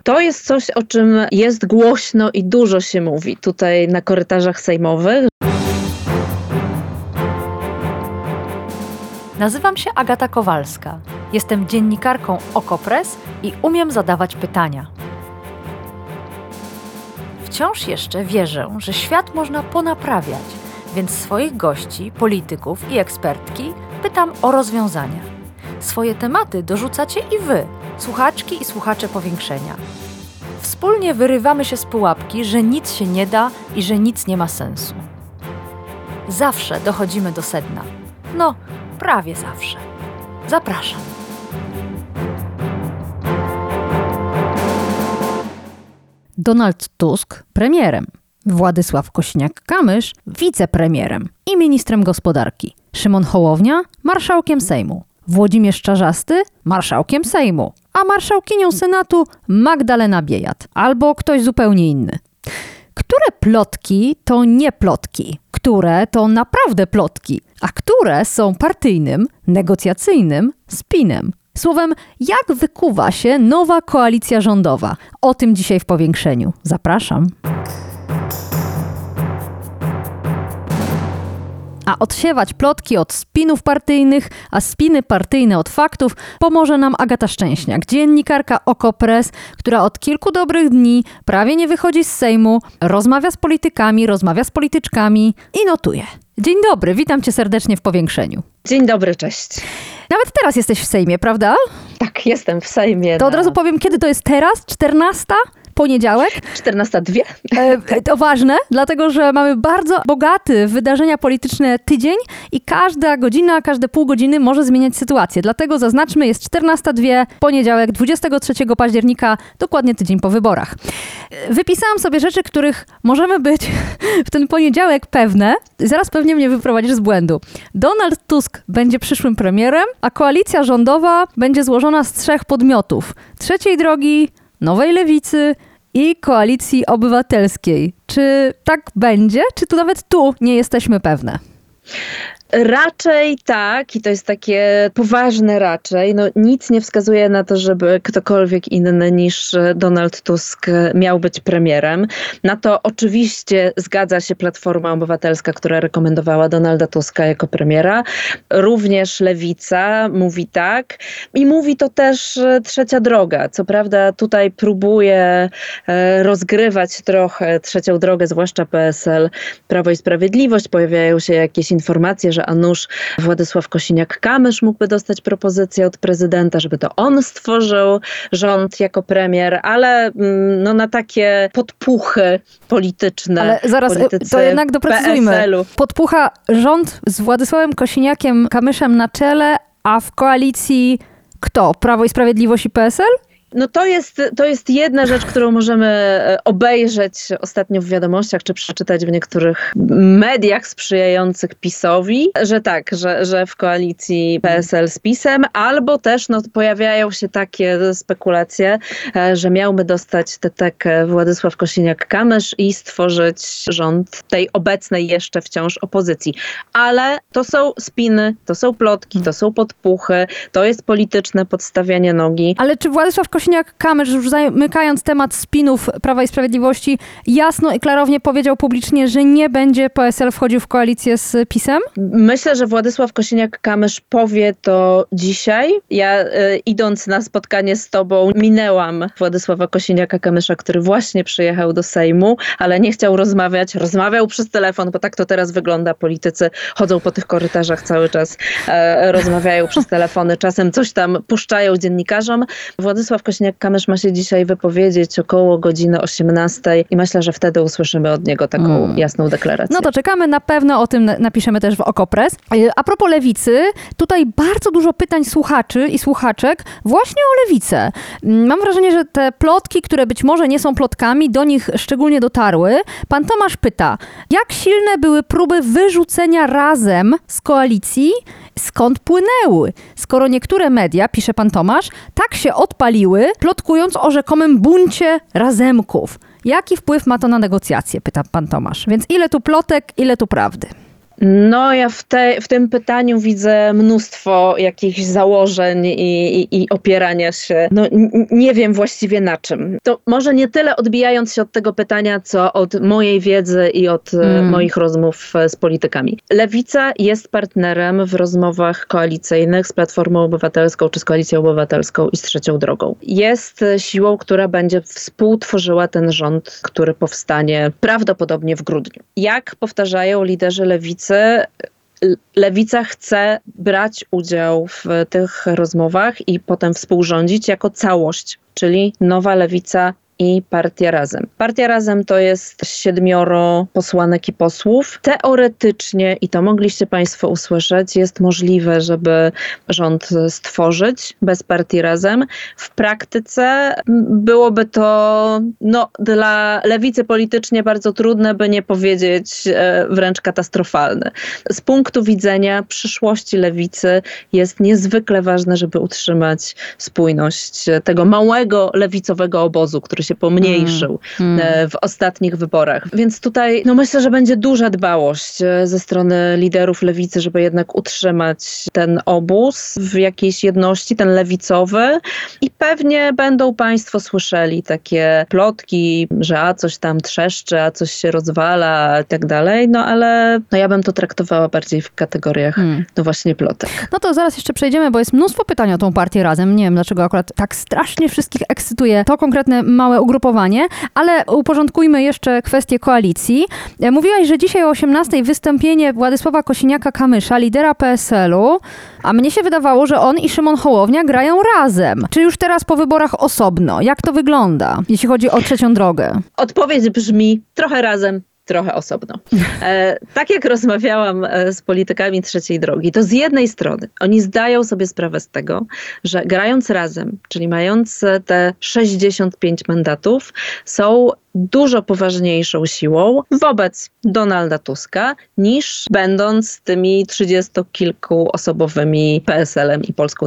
To jest coś, o czym jest głośno i dużo się mówi tutaj na korytarzach sejmowych. Nazywam się Agata Kowalska. Jestem dziennikarką Okopres i umiem zadawać pytania. Wciąż jeszcze wierzę, że świat można ponaprawiać, więc swoich gości, polityków i ekspertki pytam o rozwiązania. Swoje tematy dorzucacie i wy, słuchaczki i słuchacze Powiększenia. Wspólnie wyrywamy się z pułapki, że nic się nie da i że nic nie ma sensu. Zawsze dochodzimy do sedna. No, prawie zawsze. Zapraszam. Donald Tusk premierem, Władysław Kosiniak-Kamysz wicepremierem i ministrem gospodarki, Szymon Hołownia marszałkiem Sejmu, Włodzimierz Czarzasty marszałkiem Sejmu, a marszałkinią Senatu Magdalena Biejat albo ktoś zupełnie inny. Które plotki to nie plotki? Które to naprawdę plotki? A które są partyjnym, negocjacyjnym spinem? Słowem, jak wykuwa się nowa koalicja rządowa? O tym dzisiaj w Powiększeniu. Zapraszam. A odsiewać plotki od spinów partyjnych, a spiny partyjne od faktów pomoże nam Agata Szczęśniak, dziennikarka Okopres, która od kilku dobrych dni prawie nie wychodzi z Sejmu, rozmawia z politykami, rozmawia z polityczkami i notuje. Dzień dobry, witam cię serdecznie w Powiększeniu. Dzień dobry, cześć. Nawet teraz jesteś w Sejmie, prawda? Tak, jestem w Sejmie. To od razu powiem, kiedy to jest teraz? 14? Poniedziałek? 14:02. To ważne, dlatego że mamy bardzo bogaty wydarzenia polityczne tydzień i każda godzina, każde pół godziny może zmieniać sytuację. Dlatego zaznaczmy, jest 14:02, poniedziałek, 23 października, dokładnie tydzień po wyborach. Wypisałam sobie rzeczy, których możemy być w ten poniedziałek pewne. Zaraz pewnie mnie wyprowadzisz z błędu. Donald Tusk będzie przyszłym premierem, a koalicja rządowa będzie złożona z 3 podmiotów. Trzeciej Drogi, Nowej Lewicy i Koalicji Obywatelskiej. Czy tak będzie? Czy tu nawet nie jesteśmy pewne? Raczej tak i to jest takie poważne raczej. No, nic nie wskazuje na to, żeby ktokolwiek inny niż Donald Tusk miał być premierem. Na to oczywiście zgadza się Platforma Obywatelska, która rekomendowała Donalda Tuska jako premiera. Również Lewica mówi tak i mówi to też Trzecia Droga. Co prawda tutaj próbuje rozgrywać trochę Trzecią Drogę, zwłaszcza PSL, Prawo i Sprawiedliwość. Pojawiają się jakieś informacje, że a nuż Władysław Kosiniak-Kamysz mógłby dostać propozycję od prezydenta, żeby to on stworzył rząd jako premier, ale no, na takie podpuchy polityczne. Ale zaraz, to jednak doprecyzujmy. PSL-u. Podpucha rząd z Władysławem Kosiniakiem-Kamyszem na czele, a w koalicji kto? Prawo i Sprawiedliwość i PSL? No to jest jedna rzecz, którą możemy obejrzeć ostatnio w wiadomościach, czy przeczytać w niektórych mediach sprzyjających PiS-owi, że tak, że w koalicji PSL z PiS-em, albo też pojawiają się takie spekulacje, że miałby dostać tę Władysław Kosiniak-Kamysz i stworzyć rząd tej obecnej jeszcze wciąż opozycji. Ale to są spiny, to są plotki, to są podpuchy, to jest polityczne podstawianie nogi. Ale czy Władysław Kosiniak-Kamysz, już zamykając temat spinów Prawa i Sprawiedliwości, jasno i klarownie powiedział publicznie, że nie będzie PSL wchodził w koalicję z PiS-em? Myślę, że Władysław Kosiniak-Kamysz powie to dzisiaj. Ja idąc na spotkanie z tobą minęłam Władysława Kosiniaka-Kamysza, który właśnie przyjechał do Sejmu, ale nie chciał rozmawiać. Rozmawiał przez telefon, bo tak to teraz wygląda. Politycy chodzą po tych korytarzach cały czas, rozmawiają przez telefony, czasem coś tam puszczają dziennikarzom. Władysław Kosiniak-Kamysz ma się dzisiaj wypowiedzieć około godziny 18 i myślę, że wtedy usłyszymy od niego taką jasną deklarację. No to czekamy, na pewno o tym napiszemy też w Okopres. A propos Lewicy, tutaj bardzo dużo pytań słuchaczy i słuchaczek właśnie o Lewicę. Mam wrażenie, że te plotki, które być może nie są plotkami, do nich szczególnie dotarły. Pan Tomasz pyta, jak silne były próby wyrzucenia Razem z koalicji, skąd płynęły? Skoro niektóre media, pisze pan Tomasz, tak się odpaliły, plotkując o rzekomym buncie Razemków. Jaki wpływ ma to na negocjacje, pyta pan Tomasz. Więc ile tu plotek, ile tu prawdy? No ja w tym pytaniu widzę mnóstwo jakichś założeń i opierania się. No nie wiem właściwie na czym. To może nie tyle odbijając się od tego pytania, co od mojej wiedzy i od moich rozmów z politykami. Lewica jest partnerem w rozmowach koalicyjnych z Platformą Obywatelską czy z Koalicją Obywatelską i z Trzecią Drogą. Jest siłą, która będzie współtworzyła ten rząd, który powstanie prawdopodobnie w grudniu. Jak powtarzają liderzy Lewicy, Lewica chce brać udział w tych rozmowach i potem współrządzić jako całość, czyli Nowa Lewica i Partia Razem. Partia Razem to jest 7 posłanek i posłów. Teoretycznie, i to mogliście Państwo usłyszeć, jest możliwe, żeby rząd stworzyć bez Partii Razem. W praktyce byłoby to dla lewicy politycznie bardzo trudne, by nie powiedzieć wręcz katastrofalne. Z punktu widzenia przyszłości lewicy jest niezwykle ważne, żeby utrzymać spójność tego małego lewicowego obozu, który się pomniejszył w ostatnich wyborach. Więc tutaj myślę, że będzie duża dbałość ze strony liderów lewicy, żeby jednak utrzymać ten obóz w jakiejś jedności, ten lewicowy, i pewnie będą Państwo słyszeli takie plotki, że coś tam trzeszczy, a coś się rozwala i tak dalej, ale ja bym to traktowała bardziej w kategoriach właśnie plotek. No to zaraz jeszcze przejdziemy, bo jest mnóstwo pytań o tą partię Razem. Nie wiem, dlaczego akurat tak strasznie wszystkich ekscytuje to konkretne małe ugrupowanie, ale uporządkujmy jeszcze kwestię koalicji. Mówiłaś, że dzisiaj o 18:00 wystąpienie Władysława Kosiniaka-Kamysza, lidera PSL-u, a mnie się wydawało, że on i Szymon Hołownia grają razem. Czy już teraz po wyborach osobno? Jak to wygląda, jeśli chodzi o Trzecią Drogę? Odpowiedź brzmi trochę razem, trochę osobno. Tak jak rozmawiałam z politykami Trzeciej Drogi, to z jednej strony oni zdają sobie sprawę z tego, że grając razem, czyli mając te 65 mandatów, są dużo poważniejszą siłą wobec Donalda Tuska, niż będąc tymi 30-kilkuosobowymi PSL-em i Polską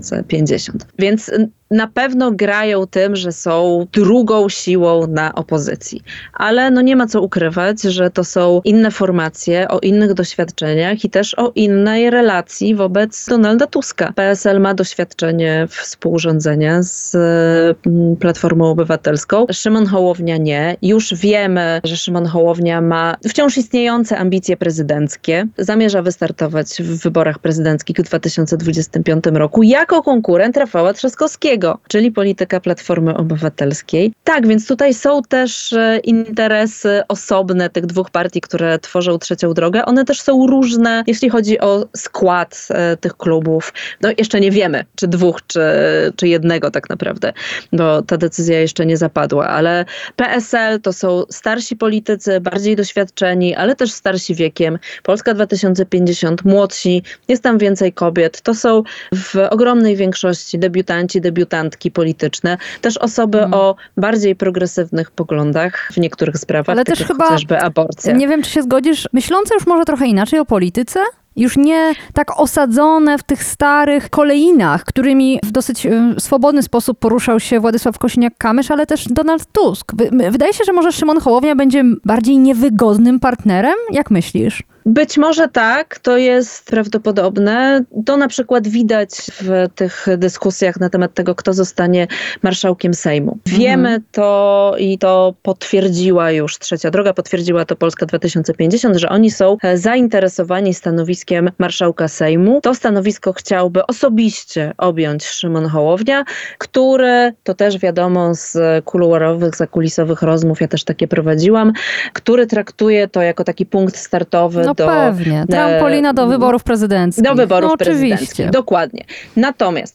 2050. Więc na pewno grają tym, że są drugą siłą na opozycji. Ale nie ma co ukrywać, że to są inne formacje, o innych doświadczeniach i też o innej relacji wobec Donalda Tuska. PSL ma doświadczenie współrządzenia z Platformą Obywatelską. Szymon Hołownia nie. Już wiemy, że Szymon Hołownia ma wciąż istniejące ambicje prezydenckie. Zamierza wystartować w wyborach prezydenckich w 2025 roku jako konkurent Rafała Trzaskowskiego, czyli polityka Platformy Obywatelskiej. Tak, więc tutaj są też interesy osobne tych dwóch partii, które tworzą Trzecią Drogę. One też są różne, jeśli chodzi o skład tych klubów. Jeszcze nie wiemy, czy dwóch, czy jednego tak naprawdę, bo ta decyzja jeszcze nie zapadła, ale PSL to są starsi politycy, bardziej doświadczeni, ale też starsi wiekiem. Polska 2050, młodsi, jest tam więcej kobiet. To są w ogromnej większości debiutanci, debiutantki polityczne. Też osoby o bardziej progresywnych poglądach w niektórych sprawach, ale też chyba, chociażby aborcja. Nie wiem, czy się zgodzisz, myślące już może trochę inaczej o polityce? Już nie tak osadzone w tych starych kolejnach, którymi w dosyć swobodny sposób poruszał się Władysław Kosiniak-Kamysz, ale też Donald Tusk. Wydaje się, że może Szymon Hołownia będzie bardziej niewygodnym partnerem? Jak myślisz? Być może tak, to jest prawdopodobne. To na przykład widać w tych dyskusjach na temat tego, kto zostanie marszałkiem Sejmu. Wiemy to i to potwierdziła już Trzecia Droga, potwierdziła to Polska 2050, że oni są zainteresowani stanowiskiem marszałka Sejmu. To stanowisko chciałby osobiście objąć Szymon Hołownia, który, to też wiadomo z kuluarowych, zakulisowych rozmów, ja też takie prowadziłam, który traktuje to jako taki punkt startowy pewnie. Trampolina do wyborów prezydenckich. Do wyborów prezydenckich, dokładnie. Natomiast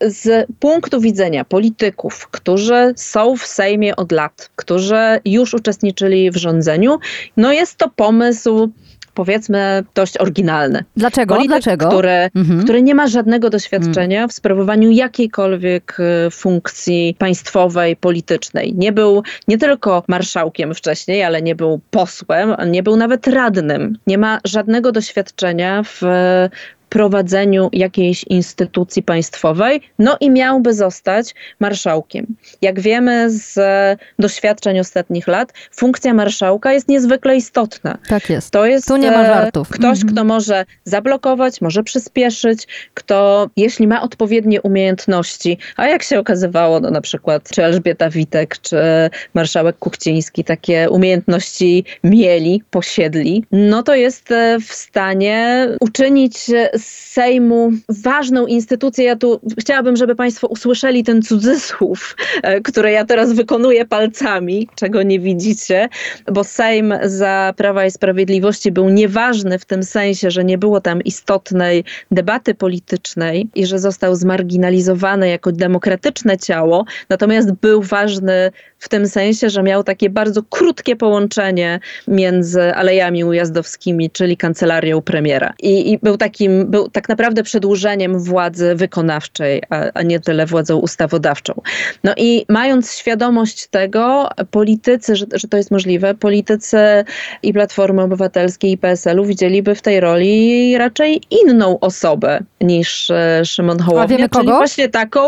z punktu widzenia polityków, którzy są w Sejmie od lat, którzy już uczestniczyli w rządzeniu, jest to pomysł, powiedzmy, dość oryginalny. Dlaczego? Polityk, który nie ma żadnego doświadczenia w sprawowaniu jakiejkolwiek funkcji państwowej, politycznej. Nie był nie tylko marszałkiem wcześniej, ale nie był posłem, nie był nawet radnym. Nie ma żadnego doświadczenia w prowadzeniu jakiejś instytucji państwowej, no i miałby zostać marszałkiem. Jak wiemy z doświadczeń ostatnich lat, funkcja marszałka jest niezwykle istotna. Tak jest. To jest Tu nie ma żartów. Ktoś, kto może zablokować, może przyspieszyć, kto, jeśli ma odpowiednie umiejętności, a jak się okazywało, no na przykład czy Elżbieta Witek, czy marszałek Kuchciński takie umiejętności mieli, posiedli, no to jest w stanie uczynić z Sejmu ważną instytucję. Ja tu chciałabym, żeby Państwo usłyszeli ten cudzysłów, który ja teraz wykonuję palcami, czego nie widzicie, bo Sejm za Prawa i Sprawiedliwości był nieważny w tym sensie, że nie było tam istotnej debaty politycznej i że został zmarginalizowany jako demokratyczne ciało, natomiast był ważny w tym sensie, że miał takie bardzo krótkie połączenie między Alejami Ujazdowskimi, czyli kancelarią premiera. I był tak naprawdę przedłużeniem władzy wykonawczej, a nie tyle władzą ustawodawczą. No i mając świadomość tego, politycy, że to jest możliwe, politycy i Platformy Obywatelskiej i PSL-u widzieliby w tej roli raczej inną osobę niż Szymon Hołownia. A wiemy kogo? Czyli właśnie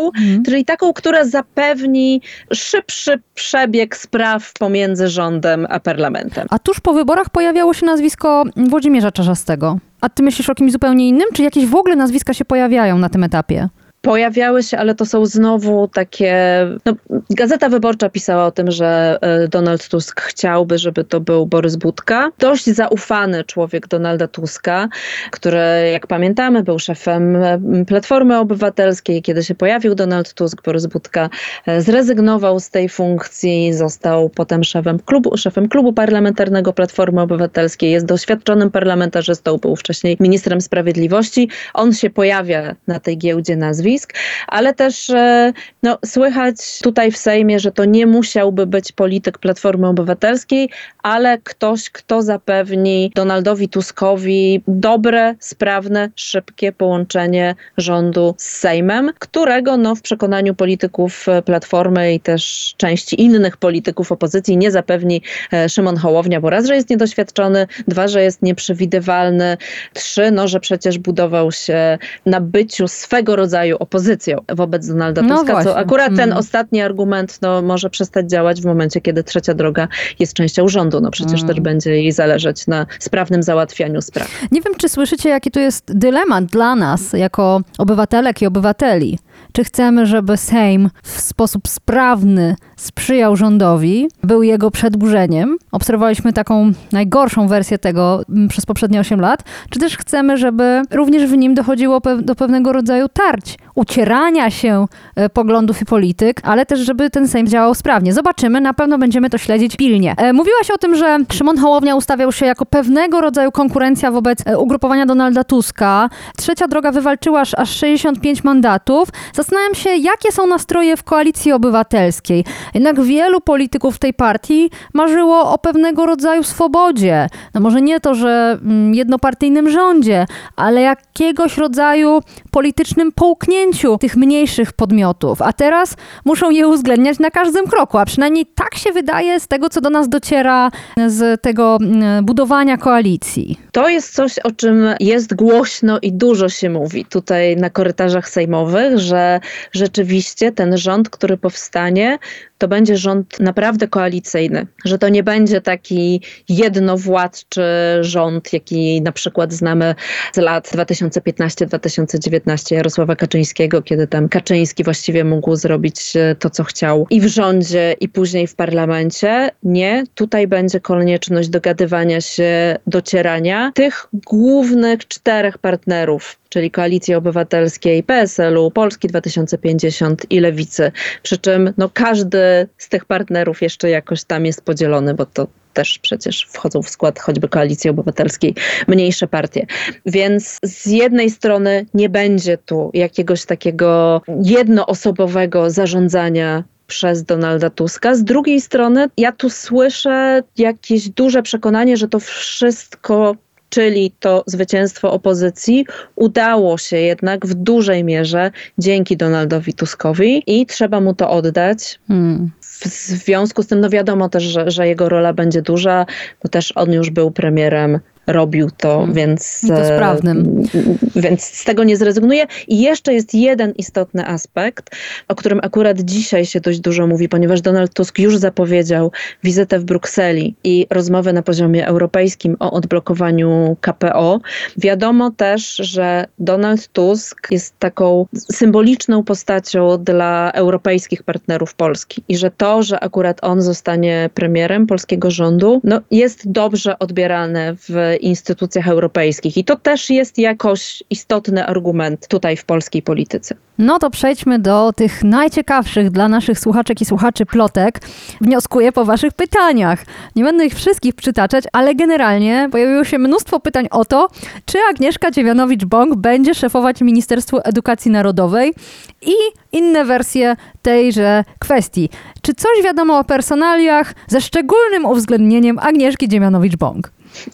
taką, która zapewni szybszy przebieg spraw pomiędzy rządem a parlamentem. A tuż po wyborach pojawiało się nazwisko Włodzimierza Czarzastego. A ty myślisz o kimś zupełnie innym? Czy jakieś w ogóle nazwiska się pojawiają na tym etapie? Pojawiały się, ale to są znowu takie... No, Gazeta Wyborcza pisała o tym, że Donald Tusk chciałby, żeby to był Borys Budka. Dość zaufany człowiek Donalda Tuska, który, jak pamiętamy, był szefem Platformy Obywatelskiej. Kiedy się pojawił Donald Tusk, Borys Budka zrezygnował z tej funkcji, został potem szefem klubu parlamentarnego Platformy Obywatelskiej. Jest doświadczonym parlamentarzystą, był wcześniej ministrem sprawiedliwości. On się pojawia na tej giełdzie nazwisk. Ale też słychać tutaj w Sejmie, że to nie musiałby być polityk Platformy Obywatelskiej, ale ktoś, kto zapewni Donaldowi Tuskowi dobre, sprawne, szybkie połączenie rządu z Sejmem, którego w przekonaniu polityków Platformy i też części innych polityków opozycji nie zapewni Szymon Hołownia, bo raz, że jest niedoświadczony, dwa, że jest nieprzewidywalny, trzy, że przecież budował się na byciu swego rodzaju opozycją wobec Donalda Tuska, co akurat ten ostatni argument może przestać działać w momencie, kiedy Trzecia Droga jest częścią rządu. Przecież też będzie jej zależeć na sprawnym załatwianiu spraw. Nie wiem, czy słyszycie, jaki to jest dylemat dla nas, jako obywatelek i obywateli. Czy chcemy, żeby Sejm w sposób sprawny sprzyjał rządowi, był jego przedłużeniem? Obserwowaliśmy taką najgorszą wersję tego przez poprzednie 8 lat. Czy też chcemy, żeby również w nim dochodziło do pewnego rodzaju tarć, ucierania się poglądów i polityk, ale też, żeby ten Sejm działał sprawnie. Zobaczymy, na pewno będziemy to śledzić pilnie. Mówiłaś o tym, że Szymon Hołownia ustawiał się jako pewnego rodzaju konkurencja wobec ugrupowania Donalda Tuska. Trzecia Droga wywalczyła aż 65 mandatów. Zastanawiam się, jakie są nastroje w Koalicji Obywatelskiej. Jednak wielu polityków tej partii marzyło o pewnego rodzaju swobodzie. Może nie to, że jednopartyjnym rządzie, ale jakiegoś rodzaju politycznym połknięciu tych mniejszych podmiotów. A teraz muszą je uwzględniać na każdym kroku, a przynajmniej tak się wydaje z tego, co do nas dociera z tego budowania koalicji. To jest coś, o czym jest głośno i dużo się mówi tutaj na korytarzach sejmowych, że rzeczywiście ten rząd, który powstanie, to będzie rząd naprawdę koalicyjny, że to nie będzie taki jednowładczy rząd, jaki na przykład znamy z lat 2015-2019 Jarosława Kaczyńskiego, kiedy tam Kaczyński właściwie mógł zrobić to, co chciał i w rządzie, i później w parlamencie. Nie, tutaj będzie konieczność dogadywania się, docierania tych głównych 4 partnerów, czyli Koalicji Obywatelskiej, PSL-u, Polski 2050 i Lewicy. Przy czym każdy z tych partnerów jeszcze jakoś tam jest podzielony, bo to też przecież wchodzą w skład choćby Koalicji Obywatelskiej mniejsze partie. Więc z jednej strony nie będzie tu jakiegoś takiego jednoosobowego zarządzania przez Donalda Tuska. Z drugiej strony ja tu słyszę jakieś duże przekonanie, że to wszystko, czyli to zwycięstwo opozycji, udało się jednak w dużej mierze dzięki Donaldowi Tuskowi i trzeba mu to oddać. W związku z tym wiadomo też, że jego rola będzie duża, bo też on już był premierem robił to, więc to sprawnym. Więc z tego nie zrezygnuje. I jeszcze jest jeden istotny aspekt, o którym akurat dzisiaj się dość dużo mówi, ponieważ Donald Tusk już zapowiedział wizytę w Brukseli i rozmowę na poziomie europejskim o odblokowaniu KPO. Wiadomo też, że Donald Tusk jest taką symboliczną postacią dla europejskich partnerów Polski i że to, że akurat on zostanie premierem polskiego rządu, jest dobrze odbierane w instytucjach europejskich i to też jest jakoś istotny argument tutaj w polskiej polityce. No to przejdźmy do tych najciekawszych dla naszych słuchaczek i słuchaczy plotek. Wnioskuję po waszych pytaniach. Nie będę ich wszystkich przytaczać, ale generalnie pojawiło się mnóstwo pytań o to, czy Agnieszka Dziemianowicz-Bąk będzie szefować Ministerstwu Edukacji Narodowej i inne wersje tejże kwestii. Czy coś wiadomo o personaliach ze szczególnym uwzględnieniem Agnieszki Dziemianowicz-Bąk?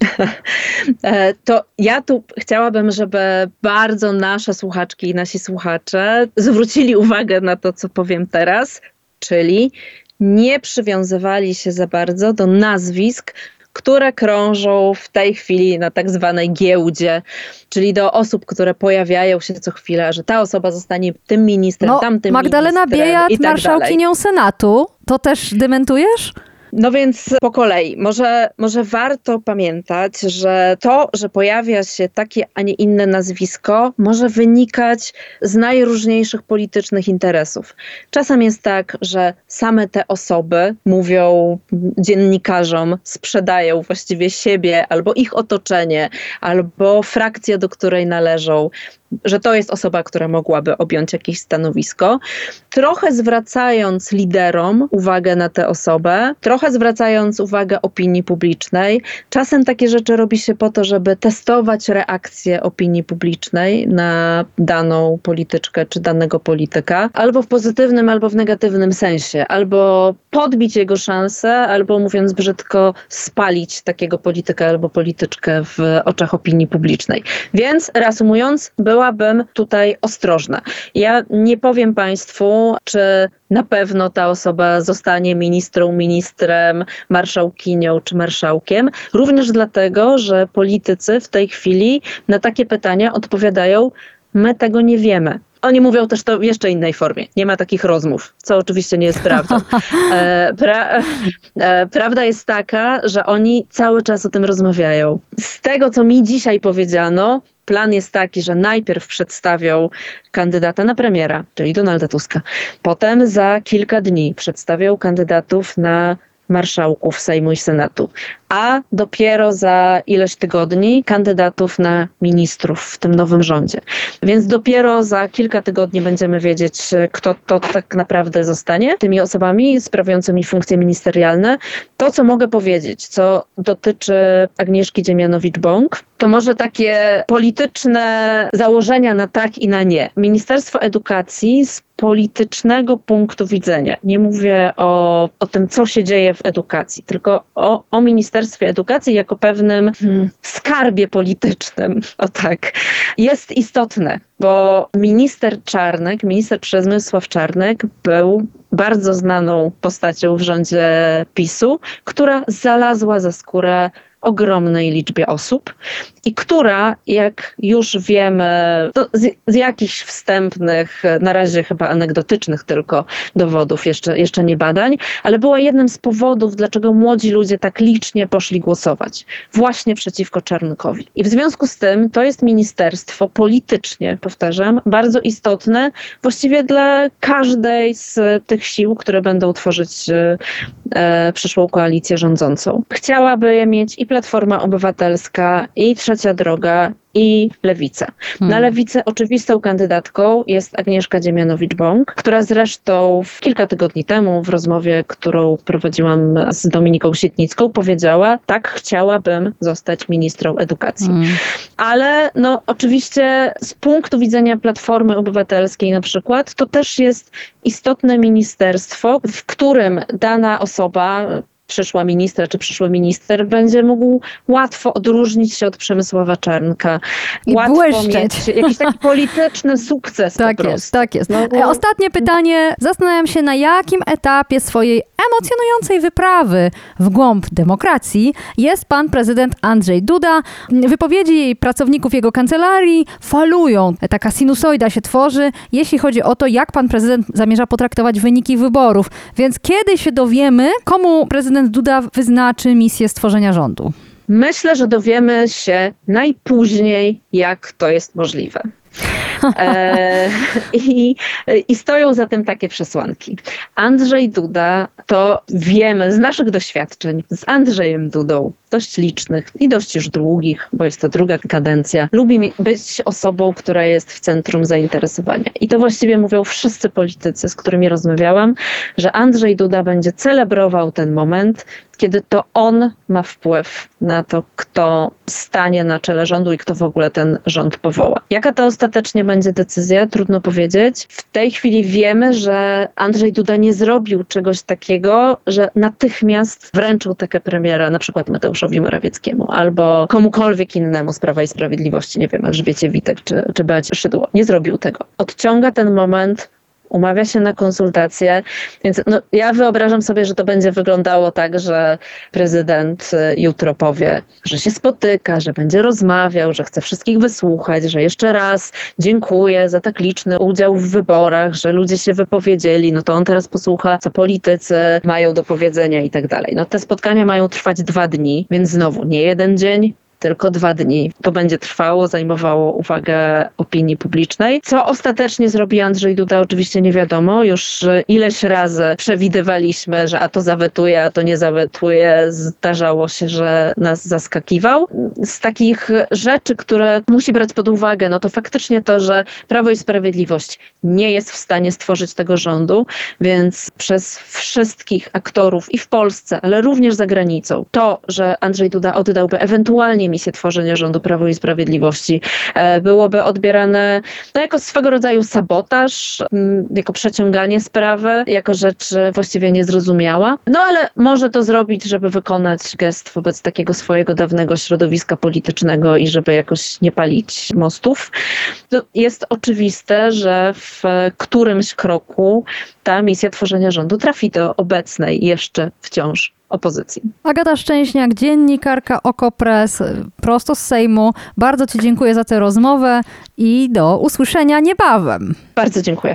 To ja tu chciałabym, żeby bardzo nasze słuchaczki i nasi słuchacze zwrócili uwagę na to, co powiem teraz, czyli nie przywiązywali się za bardzo do nazwisk, które krążą w tej chwili na tak zwanej giełdzie, czyli do osób, które pojawiają się co chwilę, że ta osoba zostanie tym ministrem, tamtym Magdalena ministrem Biejat, i tak marszałkinią Senatu. To też dementujesz? No więc po kolei. Może warto pamiętać, że to, że pojawia się takie, a nie inne nazwisko, może wynikać z najróżniejszych politycznych interesów. Czasem jest tak, że same te osoby mówią dziennikarzom, sprzedają właściwie siebie albo ich otoczenie, albo frakcję, do której należą, że to jest osoba, która mogłaby objąć jakieś stanowisko, trochę zwracając liderom uwagę na tę osobę, trochę zwracając uwagę opinii publicznej. Czasem takie rzeczy robi się po to, żeby testować reakcję opinii publicznej na daną polityczkę czy danego polityka, albo w pozytywnym, albo w negatywnym sensie, albo podbić jego szanse, albo mówiąc brzydko, spalić takiego polityka albo polityczkę w oczach opinii publicznej. Więc reasumując, byłabym tutaj ostrożna. Ja nie powiem Państwu, czy na pewno ta osoba zostanie ministrem, marszałkinią czy marszałkiem, również dlatego, że politycy w tej chwili na takie pytania odpowiadają: my tego nie wiemy. Oni mówią też to w jeszcze innej formie. Nie ma takich rozmów, co oczywiście nie jest prawdą. Prawda jest taka, że oni cały czas o tym rozmawiają. Z tego, co mi dzisiaj powiedziano, plan jest taki, że najpierw przedstawią kandydata na premiera, czyli Donalda Tuska. Potem za kilka dni przedstawią kandydatów na marszałków Sejmu i Senatu, a dopiero za ileś tygodni kandydatów na ministrów w tym nowym rządzie. Więc dopiero za kilka tygodni będziemy wiedzieć, kto to tak naprawdę zostanie tymi osobami sprawującymi funkcje ministerialne. To, co mogę powiedzieć, co dotyczy Agnieszki Dziemianowicz-Bąk, to może takie polityczne założenia na tak i na nie. Ministerstwo Edukacji z politycznego punktu widzenia, nie mówię o tym, co się dzieje w edukacji, tylko o Ministerstwie Edukacji jako pewnym skarbie politycznym, o tak, jest istotne, bo minister Przemysław Czarnek był bardzo znaną postacią w rządzie PiS-u, która znalazła za skórę ogromnej liczbie osób i która, jak już wiemy, z jakichś wstępnych, na razie chyba anegdotycznych tylko dowodów, jeszcze nie badań, ale była jednym z powodów, dlaczego młodzi ludzie tak licznie poszli głosować właśnie przeciwko Czarnkowi. I w związku z tym to jest ministerstwo politycznie, powtarzam, bardzo istotne właściwie dla każdej z tych sił, które będą tworzyć przyszłą koalicję rządzącą. Chciałaby je mieć i Platforma Obywatelska, i Trzecia Droga, i Lewica. Na Lewicę oczywistą kandydatką jest Agnieszka Dziemianowicz-Bąk, która zresztą kilka tygodni temu w rozmowie, którą prowadziłam z Dominiką Sietnicką, powiedziała: tak, chciałabym zostać ministrą edukacji. Ale oczywiście z punktu widzenia Platformy Obywatelskiej na przykład, to też jest istotne ministerstwo, w którym dana osoba, przyszła ministra czy przyszły minister będzie mógł łatwo odróżnić się od Przemysława Czarnka. I łatwo błyszczeć. mieć jakiś taki polityczny sukces po prostu. Tak jest. No bo- Ostatnie pytanie. Zastanawiam się, na jakim etapie swojej emocjonującej wyprawy w głąb demokracji jest pan prezydent Andrzej Duda. Wypowiedzi pracowników jego kancelarii falują. Taka sinusoida się tworzy, jeśli chodzi o to, jak pan prezydent zamierza potraktować wyniki wyborów. Więc kiedy się dowiemy, komu prezydent Duda wyznaczy misję stworzenia rządu? Myślę, że dowiemy się najpóźniej, jak to jest możliwe. I stoją za tym takie przesłanki. Andrzej Duda, to wiemy z naszych doświadczeń, z Andrzejem Dudą, dość licznych i dość już długich, bo jest to druga kadencja, lubi być osobą, która jest w centrum zainteresowania. I to właściwie mówią wszyscy politycy, z którymi rozmawiałam, że Andrzej Duda będzie celebrował ten moment, kiedy to on ma wpływ na to, kto stanie na czele rządu i kto w ogóle ten rząd powoła. Jaka to ostatecznie będzie decyzja? Trudno powiedzieć. W tej chwili wiemy, że Andrzej Duda nie zrobił czegoś takiego, że natychmiast wręczył takę premiera na przykład Mateuszowi Morawieckiemu albo komukolwiek innemu z Prawa i Sprawiedliwości, nie wiem, Elżbiecie Witek czy Beacie Szydło. Nie zrobił tego. Odciąga ten moment, umawia się na konsultacje, więc ja wyobrażam sobie, że to będzie wyglądało tak, że prezydent jutro powie, że się spotyka, że będzie rozmawiał, że chce wszystkich wysłuchać, że jeszcze raz dziękuję za tak liczny udział w wyborach, że ludzie się wypowiedzieli, to on teraz posłucha, co politycy mają do powiedzenia i tak dalej. Te spotkania mają trwać 2 dni, więc znowu nie 1 dzień, tylko 2 dni. To będzie trwało, zajmowało uwagę opinii publicznej. Co ostatecznie zrobi Andrzej Duda, oczywiście nie wiadomo. Już ileś razy przewidywaliśmy, że a to zawetuje, a to nie zawetuje. Zdarzało się, że nas zaskakiwał. Z takich rzeczy, które musi brać pod uwagę, to faktycznie to, że Prawo i Sprawiedliwość nie jest w stanie stworzyć tego rządu, więc przez wszystkich aktorów i w Polsce, ale również za granicą, to, że Andrzej Duda oddałby ewentualnie misję tworzenia rządu Prawo i Sprawiedliwości, byłoby odbierane jako swego rodzaju sabotaż, jako przeciąganie sprawy, jako rzecz właściwie niezrozumiała. Ale może to zrobić, żeby wykonać gest wobec takiego swojego dawnego środowiska politycznego i żeby jakoś nie palić mostów. Jest oczywiste, że w którymś kroku ta misja tworzenia rządu trafi do obecnej jeszcze wciąż opozycji. Agata Szczęśniak, dziennikarka OKO.press, prosto z Sejmu. Bardzo ci dziękuję za tę rozmowę i do usłyszenia niebawem. Bardzo dziękuję.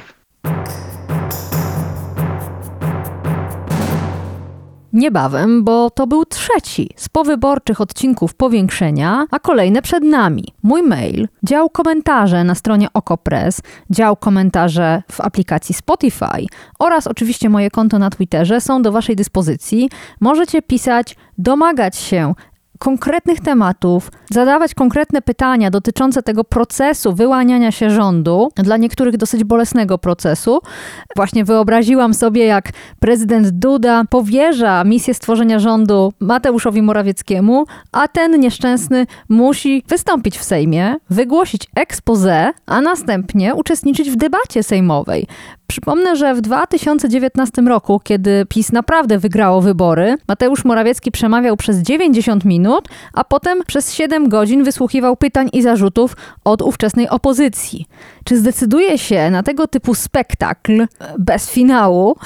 Niebawem, bo to był 3 z powyborczych odcinków Powiększenia, a kolejne przed nami. Mój mail, dział komentarze na stronie OKO.press, dział komentarze w aplikacji Spotify oraz oczywiście moje konto na Twitterze są do waszej dyspozycji. Możecie pisać, domagać się konkretnych tematów, zadawać konkretne pytania dotyczące tego procesu wyłaniania się rządu, dla niektórych dosyć bolesnego procesu. Właśnie wyobraziłam sobie, jak prezydent Duda powierza misję stworzenia rządu Mateuszowi Morawieckiemu, a ten nieszczęsny musi wystąpić w Sejmie, wygłosić exposé, a następnie uczestniczyć w debacie sejmowej. Przypomnę, że w 2019 roku, kiedy PiS naprawdę wygrało wybory, Mateusz Morawiecki przemawiał przez 90 minut, a potem przez 7 godzin wysłuchiwał pytań i zarzutów od ówczesnej opozycji. Czy zdecyduje się na tego typu spektakl bez finału?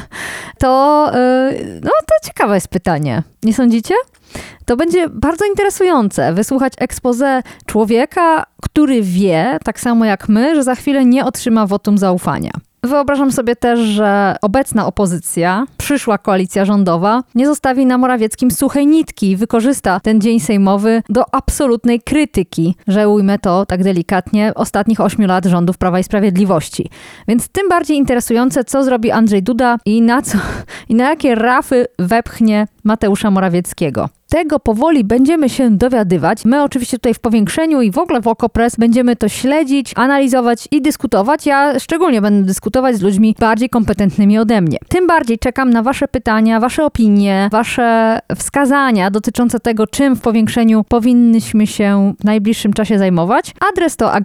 To ciekawe jest pytanie. Nie sądzicie? To będzie bardzo interesujące wysłuchać exposé człowieka, który wie, tak samo jak my, że za chwilę nie otrzyma wotum zaufania. Wyobrażam sobie też, że obecna opozycja, przyszła koalicja rządowa, nie zostawi na Morawieckim suchej nitki i wykorzysta ten dzień sejmowy do absolutnej krytyki, że ujmę to tak delikatnie, ostatnich 8 lat rządów Prawa i Sprawiedliwości. Więc tym bardziej interesujące, co zrobi Andrzej Duda i na jakie rafy wepchnie Mateusza Morawieckiego. Tego powoli będziemy się dowiadywać. My oczywiście tutaj w Powiększeniu i w ogóle w OKO.press będziemy to śledzić, analizować i dyskutować. Ja szczególnie będę dyskutować z ludźmi bardziej kompetentnymi ode mnie. Tym bardziej czekam na wasze pytania, wasze opinie, wasze wskazania dotyczące tego, czym w Powiększeniu powinnyśmy się w najbliższym czasie zajmować. Adres to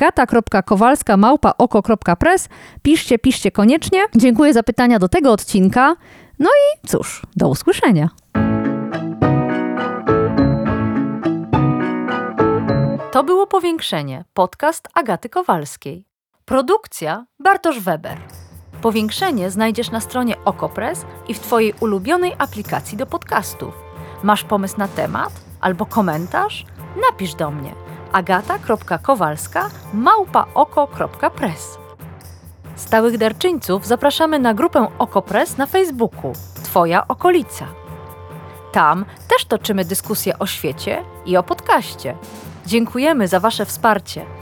agata.kowalska@oko.press. Piszcie koniecznie. Dziękuję za pytania do tego odcinka. No i cóż, do usłyszenia. To było Powiększenie, podcast Agaty Kowalskiej. Produkcja Bartosz Weber. Powiększenie znajdziesz na stronie Okopress i w Twojej ulubionej aplikacji do podcastów. Masz pomysł na temat albo komentarz? Napisz do mnie agata.kowalska@oko.press. Stałych darczyńców zapraszamy na grupę Okopress na Facebooku Twoja okolica. Tam też toczymy dyskusje o świecie i o podcaście. Dziękujemy za Wasze wsparcie.